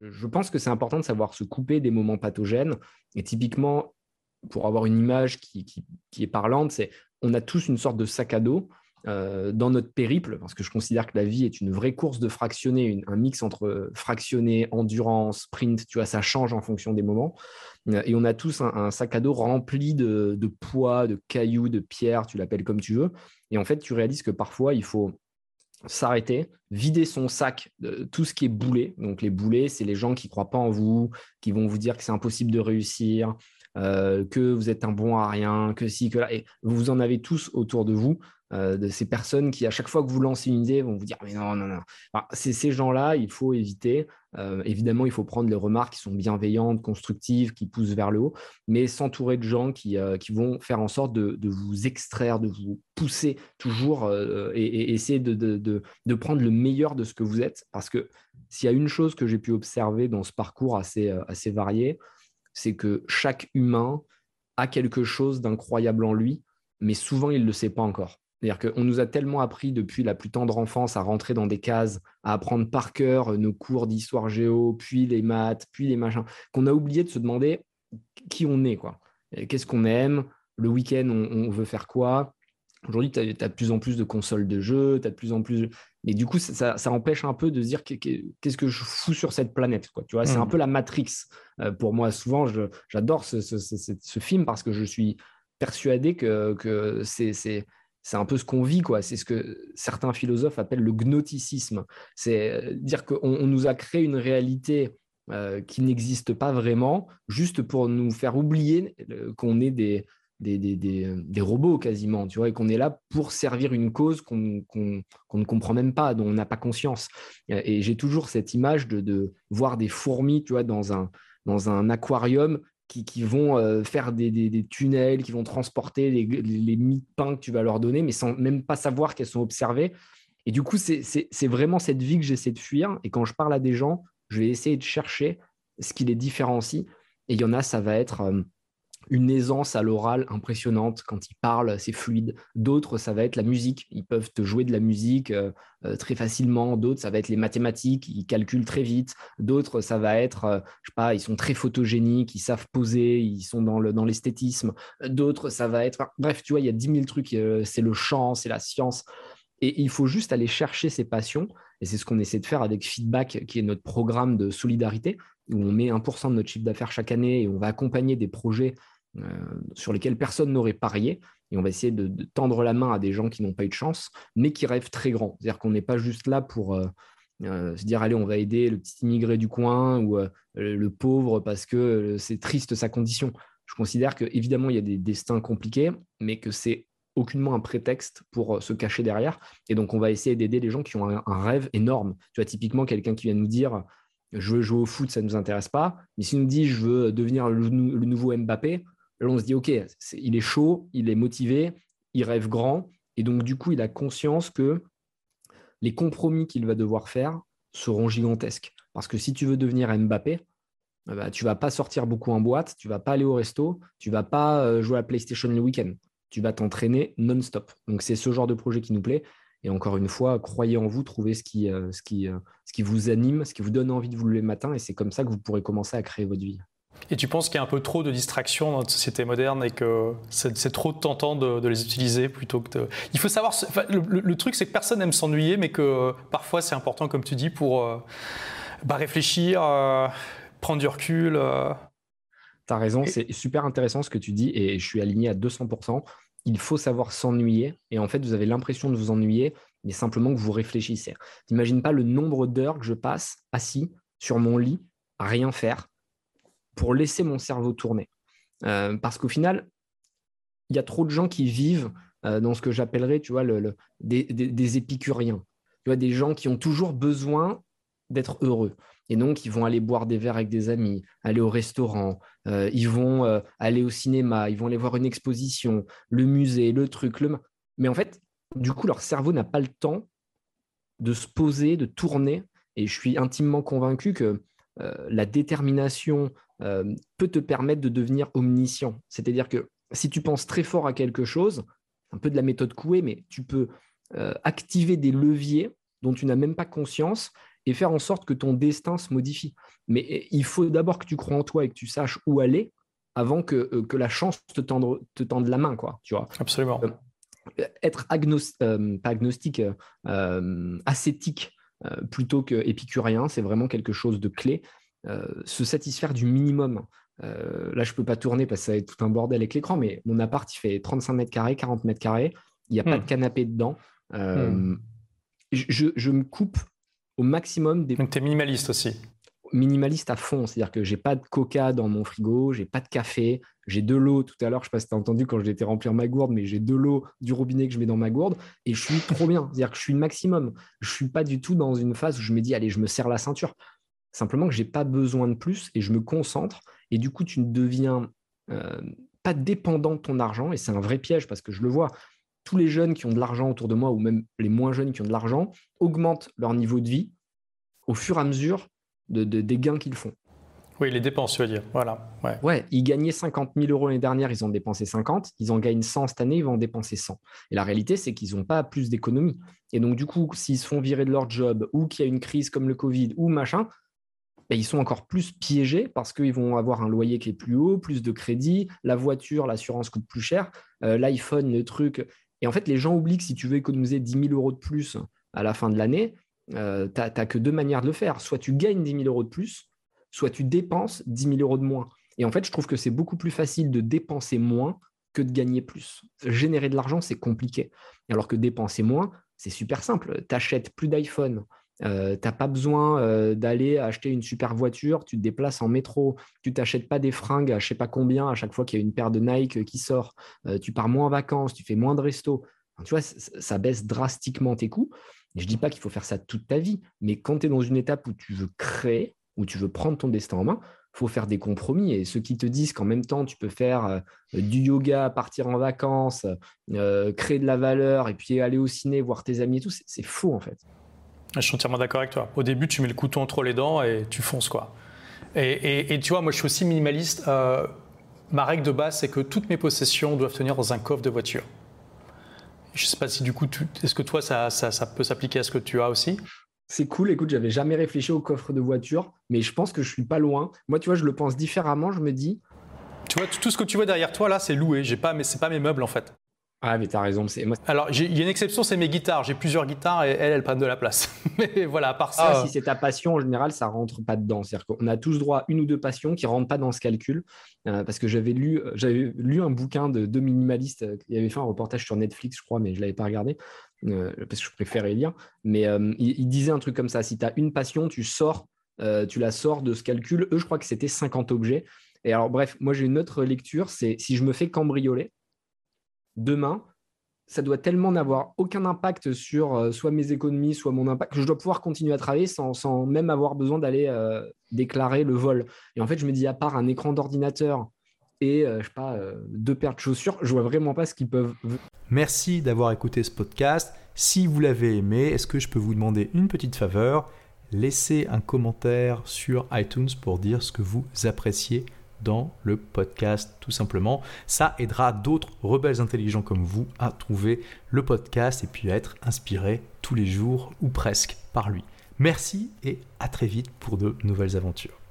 Je pense que c'est important de savoir se couper des moments pathogènes. Et typiquement, pour avoir une image qui est parlante, c'est on a tous une sorte de sac à dos dans notre périple, parce que je considère que la vie est une vraie course de fractionnés, un mix entre fractionné, endurance, sprint, tu vois, ça change en fonction des moments. Et on a tous un sac à dos rempli de poids, de cailloux, de pierres, tu l'appelles comme tu veux. Et en fait, tu réalises que parfois, il faut s'arrêter, vider son sac de tout ce qui est boulet. Donc les boulets, c'est les gens qui ne croient pas en vous, qui vont vous dire que c'est impossible de réussir, que vous êtes un bon à rien, que si, que là. Et vous en avez tous autour de vous, de ces personnes qui, à chaque fois que vous lancez une idée, vont vous dire mais non, non, non. Enfin, c'est ces gens-là, il faut éviter. Évidemment, il faut prendre les remarques qui sont bienveillantes, constructives, qui poussent vers le haut, mais s'entourer de gens qui vont faire en sorte de vous extraire, de vous pousser toujours et essayer de prendre le meilleur de ce que vous êtes. Parce que s'il y a une chose que j'ai pu observer dans ce parcours assez varié, c'est que chaque humain a quelque chose d'incroyable en lui, mais souvent il ne le sait pas encore. C'est-à-dire qu'on nous a tellement appris depuis la plus tendre enfance à rentrer dans des cases, à apprendre par cœur nos cours d'histoire géo, puis les maths, puis les machins, qu'on a oublié de se demander qui on est, quoi. Et qu'est-ce qu'on aime? Le week-end, on veut faire quoi? Aujourd'hui, tu as de plus en plus de consoles de jeux, tu as de plus en plus. Mais du coup, ça empêche un peu de se dire qu'est-ce que je fous sur cette planète, quoi. Tu vois, c'est un peu la Matrix. Pour moi, souvent, j'adore ce film parce que je suis persuadé que c'est un peu ce qu'on vit, quoi. C'est ce que certains philosophes appellent le gnosticisme. C'est dire qu'on nous a créé une réalité qui n'existe pas vraiment, juste pour nous faire oublier qu'on est des robots quasiment, tu vois, et qu'on est là pour servir une cause qu'on ne comprend même pas, dont on n'a pas conscience. Et j'ai toujours cette image de voir des fourmis, tu vois, dans un aquarium qui vont faire des tunnels, qui vont transporter les mie de pain que tu vas leur donner, mais sans même pas savoir qu'elles sont observées. Et du coup, c'est vraiment cette vie que j'essaie de fuir. Et quand je parle à des gens, je vais essayer de chercher ce qui les différencie. Et il y en a, ça va être une aisance à l'oral impressionnante. Quand ils parlent, c'est fluide. D'autres, ça va être la musique. Ils peuvent te jouer de la musique très facilement. D'autres, ça va être les mathématiques. Ils calculent très vite. D'autres, ça va être, je sais pas, ils sont très photogéniques, ils savent poser, ils sont dans l'esthétisme. D'autres, ça va être, enfin, bref, tu vois, il y a 10 000 trucs. C'est le chant, c'est la science. Et il faut juste aller chercher ses passions. Et c'est ce qu'on essaie de faire avec Feedback, qui est notre programme de solidarité, où on met 1% de notre chiffre d'affaires chaque année et on va accompagner des projets sur lesquels personne n'aurait parié. Et on va essayer de tendre la main à des gens qui n'ont pas eu de chance, mais qui rêvent très grand. C'est-à-dire qu'on n'est pas juste là pour se dire, allez, on va aider le petit immigré du coin ou le pauvre parce que c'est triste sa condition. Je considère qu'évidemment, il y a des destins compliqués, mais que c'est aucunement un prétexte pour se cacher derrière. Et donc, on va essayer d'aider les gens qui ont un rêve énorme. Tu vois, typiquement, quelqu'un qui vient nous dire je veux jouer au foot, ça ne nous intéresse pas. Mais s'il nous dit je veux devenir le nouveau Mbappé, là, on se dit ok, il est chaud, il est motivé, il rêve grand. Et donc, du coup, il a conscience que les compromis qu'il va devoir faire seront gigantesques. Parce que si tu veux devenir Mbappé, bah, tu ne vas pas sortir beaucoup en boîte, tu ne vas pas aller au resto, tu ne vas pas jouer à la PlayStation le week-end. Tu vas t'entraîner non-stop. Donc, c'est ce genre de projet qui nous plaît. Et encore une fois, croyez en vous, trouvez ce qui vous anime, ce qui vous donne envie de vous lever le matin. Et c'est comme ça que vous pourrez commencer à créer votre vie. Et tu penses qu'il y a un peu trop de distractions dans notre société moderne et que c'est trop tentant de les utiliser plutôt que de... Il faut savoir... Enfin, le truc, c'est que personne n'aime s'ennuyer, mais que parfois, c'est important, comme tu dis, pour réfléchir, prendre du recul. Tu as raison, c'est super intéressant ce que tu dis et je suis aligné à 200%. Il faut savoir s'ennuyer et en fait, vous avez l'impression de vous ennuyer, mais simplement que vous réfléchissez. T'imagines pas le nombre d'heures que je passe assis sur mon lit à rien faire pour laisser mon cerveau tourner. Parce qu'au final, il y a trop de gens qui vivent dans ce que j'appellerais, tu vois, des épicuriens. Tu vois, des gens qui ont toujours besoin d'être heureux. Et donc, ils vont aller boire des verres avec des amis, aller au restaurant, ils vont aller au cinéma, ils vont aller voir une exposition, le musée, le truc, Mais en fait, du coup, leur cerveau n'a pas le temps de se poser, de tourner. Et je suis intimement convaincu que la détermination peut te permettre de devenir omniscient. C'est-à-dire que si tu penses très fort à quelque chose, un peu de la méthode Coué, mais tu peux activer des leviers dont tu n'as même pas conscience et faire en sorte que ton destin se modifie. Mais il faut d'abord que tu crois en toi et que tu saches où aller avant que la chance te tende la main, quoi, tu vois. Absolument. Être pas agnostique, ascétique plutôt qu'épicurien, c'est vraiment quelque chose de clé. Se satisfaire du minimum. Là, je ne peux pas tourner parce que ça va être tout un bordel avec l'écran, mais mon appart, il fait 35 mètres carrés, 40 mètres carrés. Il n'y a pas de canapé dedans. Je me coupe au maximum des... Donc, tu es minimaliste aussi. Minimaliste à fond, c'est-à-dire que j'ai pas de coca dans mon frigo, j'ai pas de café, j'ai de l'eau. Tout à l'heure, je sais pas si tu as entendu quand j'étais remplir ma gourde, mais j'ai de l'eau du robinet que je mets dans ma gourde et je suis trop bien. C'est-à-dire que je suis le maximum. Je suis pas du tout dans une phase où je me dis allez, je me serre la ceinture. Simplement que j'ai pas besoin de plus et je me concentre et du coup, tu ne deviens pas dépendant de ton argent et c'est un vrai piège parce que je le vois. Tous les jeunes qui ont de l'argent autour de moi ou même les moins jeunes qui ont de l'argent augmentent leur niveau de vie au fur et à mesure des gains qu'ils font. Oui, les dépenses, tu veux dire. Voilà. Ouais, ils gagnaient 50 000 € l'année dernière, ils ont dépensé 50. Ils en gagnent 100 cette année, ils vont en dépenser 100. Et la réalité, c'est qu'ils n'ont pas plus d'économie. Et donc, du coup, s'ils se font virer de leur job ou qu'il y a une crise comme le Covid ou machin, ben, ils sont encore plus piégés parce qu'ils vont avoir un loyer qui est plus haut, plus de crédit, la voiture, l'assurance coûte plus cher, l'iPhone, le truc. Et en fait, les gens oublient que si tu veux économiser 10 000 € de plus à la fin de l'année, tu n'as que deux manières de le faire. Soit tu gagnes 10 000 € de plus, soit tu dépenses 10 000 € de moins. Et en fait, je trouve que c'est beaucoup plus facile de dépenser moins que de gagner plus. Générer de l'argent, c'est compliqué. Alors que dépenser moins, c'est super simple. Tu n'achètes plus d'iPhone. Tu n'as pas besoin d'aller acheter une super voiture. Tu te déplaces en métro. Tu ne t'achètes pas des fringues à je ne sais pas combien à chaque fois qu'il y a une paire de Nike qui sort. Tu pars moins en vacances. Tu fais moins de resto. Enfin, tu vois, ça baisse drastiquement tes coûts. Et je ne dis pas qu'il faut faire ça toute ta vie. Mais quand tu es dans une étape où tu veux créer, où tu veux prendre ton destin en main, il faut faire des compromis. Et ceux qui te disent qu'en même temps, tu peux faire du yoga, partir en vacances, créer de la valeur et puis aller au ciné, voir tes amis et tout, c'est faux en fait. Je suis entièrement d'accord avec toi. Au début, tu mets le couteau entre les dents et tu fonces, quoi. Et tu vois, moi, je suis aussi minimaliste. Ma règle de base, c'est que toutes mes possessions doivent tenir dans un coffre de voiture. Je ne sais pas si du coup, est-ce que toi, ça peut s'appliquer à ce que tu as aussi ? C'est cool, écoute, j'avais jamais réfléchi au coffre de voiture, mais je pense que je suis pas loin. Moi, tu vois, je le pense différemment, je me dis... Tu vois, tout ce que tu vois derrière toi, là, c'est loué. Mais c'est pas mes meubles, en fait. Ah, mais t'as raison. Alors, il y a une exception, c'est mes guitares. J'ai plusieurs guitares et elles prennent de la place. Mais voilà, à part ça... si c'est ta passion, en général, ça rentre pas dedans. C'est-à-dire qu'on a tous droit à une ou deux passions qui rentrent pas dans ce calcul. Parce que j'avais lu un bouquin de deux minimalistes qui avait fait un reportage sur Netflix, je crois, mais je l'avais pas regardé. Parce que je préférais lire. Mais il disait un truc comme ça. Si tu as une passion, tu la sors de ce calcul. Eux, je crois que c'était 50 objets. Et alors, bref, moi, j'ai une autre lecture. C'est si je me fais cambrioler, demain, ça doit tellement n'avoir aucun impact sur soit mes économies, soit mon impact, que je dois pouvoir continuer à travailler sans même avoir besoin d'aller déclarer le vol. Et en fait, je me dis, à part un écran d'ordinateur et, je sais pas, 2 paires de chaussures, je vois vraiment pas ce qu'ils peuvent... Merci d'avoir écouté ce podcast. Si vous l'avez aimé, est-ce que je peux vous demander une petite faveur ? Laissez un commentaire sur iTunes pour dire ce que vous appréciez dans le podcast, tout simplement. Ça aidera d'autres rebelles intelligents comme vous à trouver le podcast et puis à être inspirés tous les jours ou presque par lui. Merci et à très vite pour de nouvelles aventures.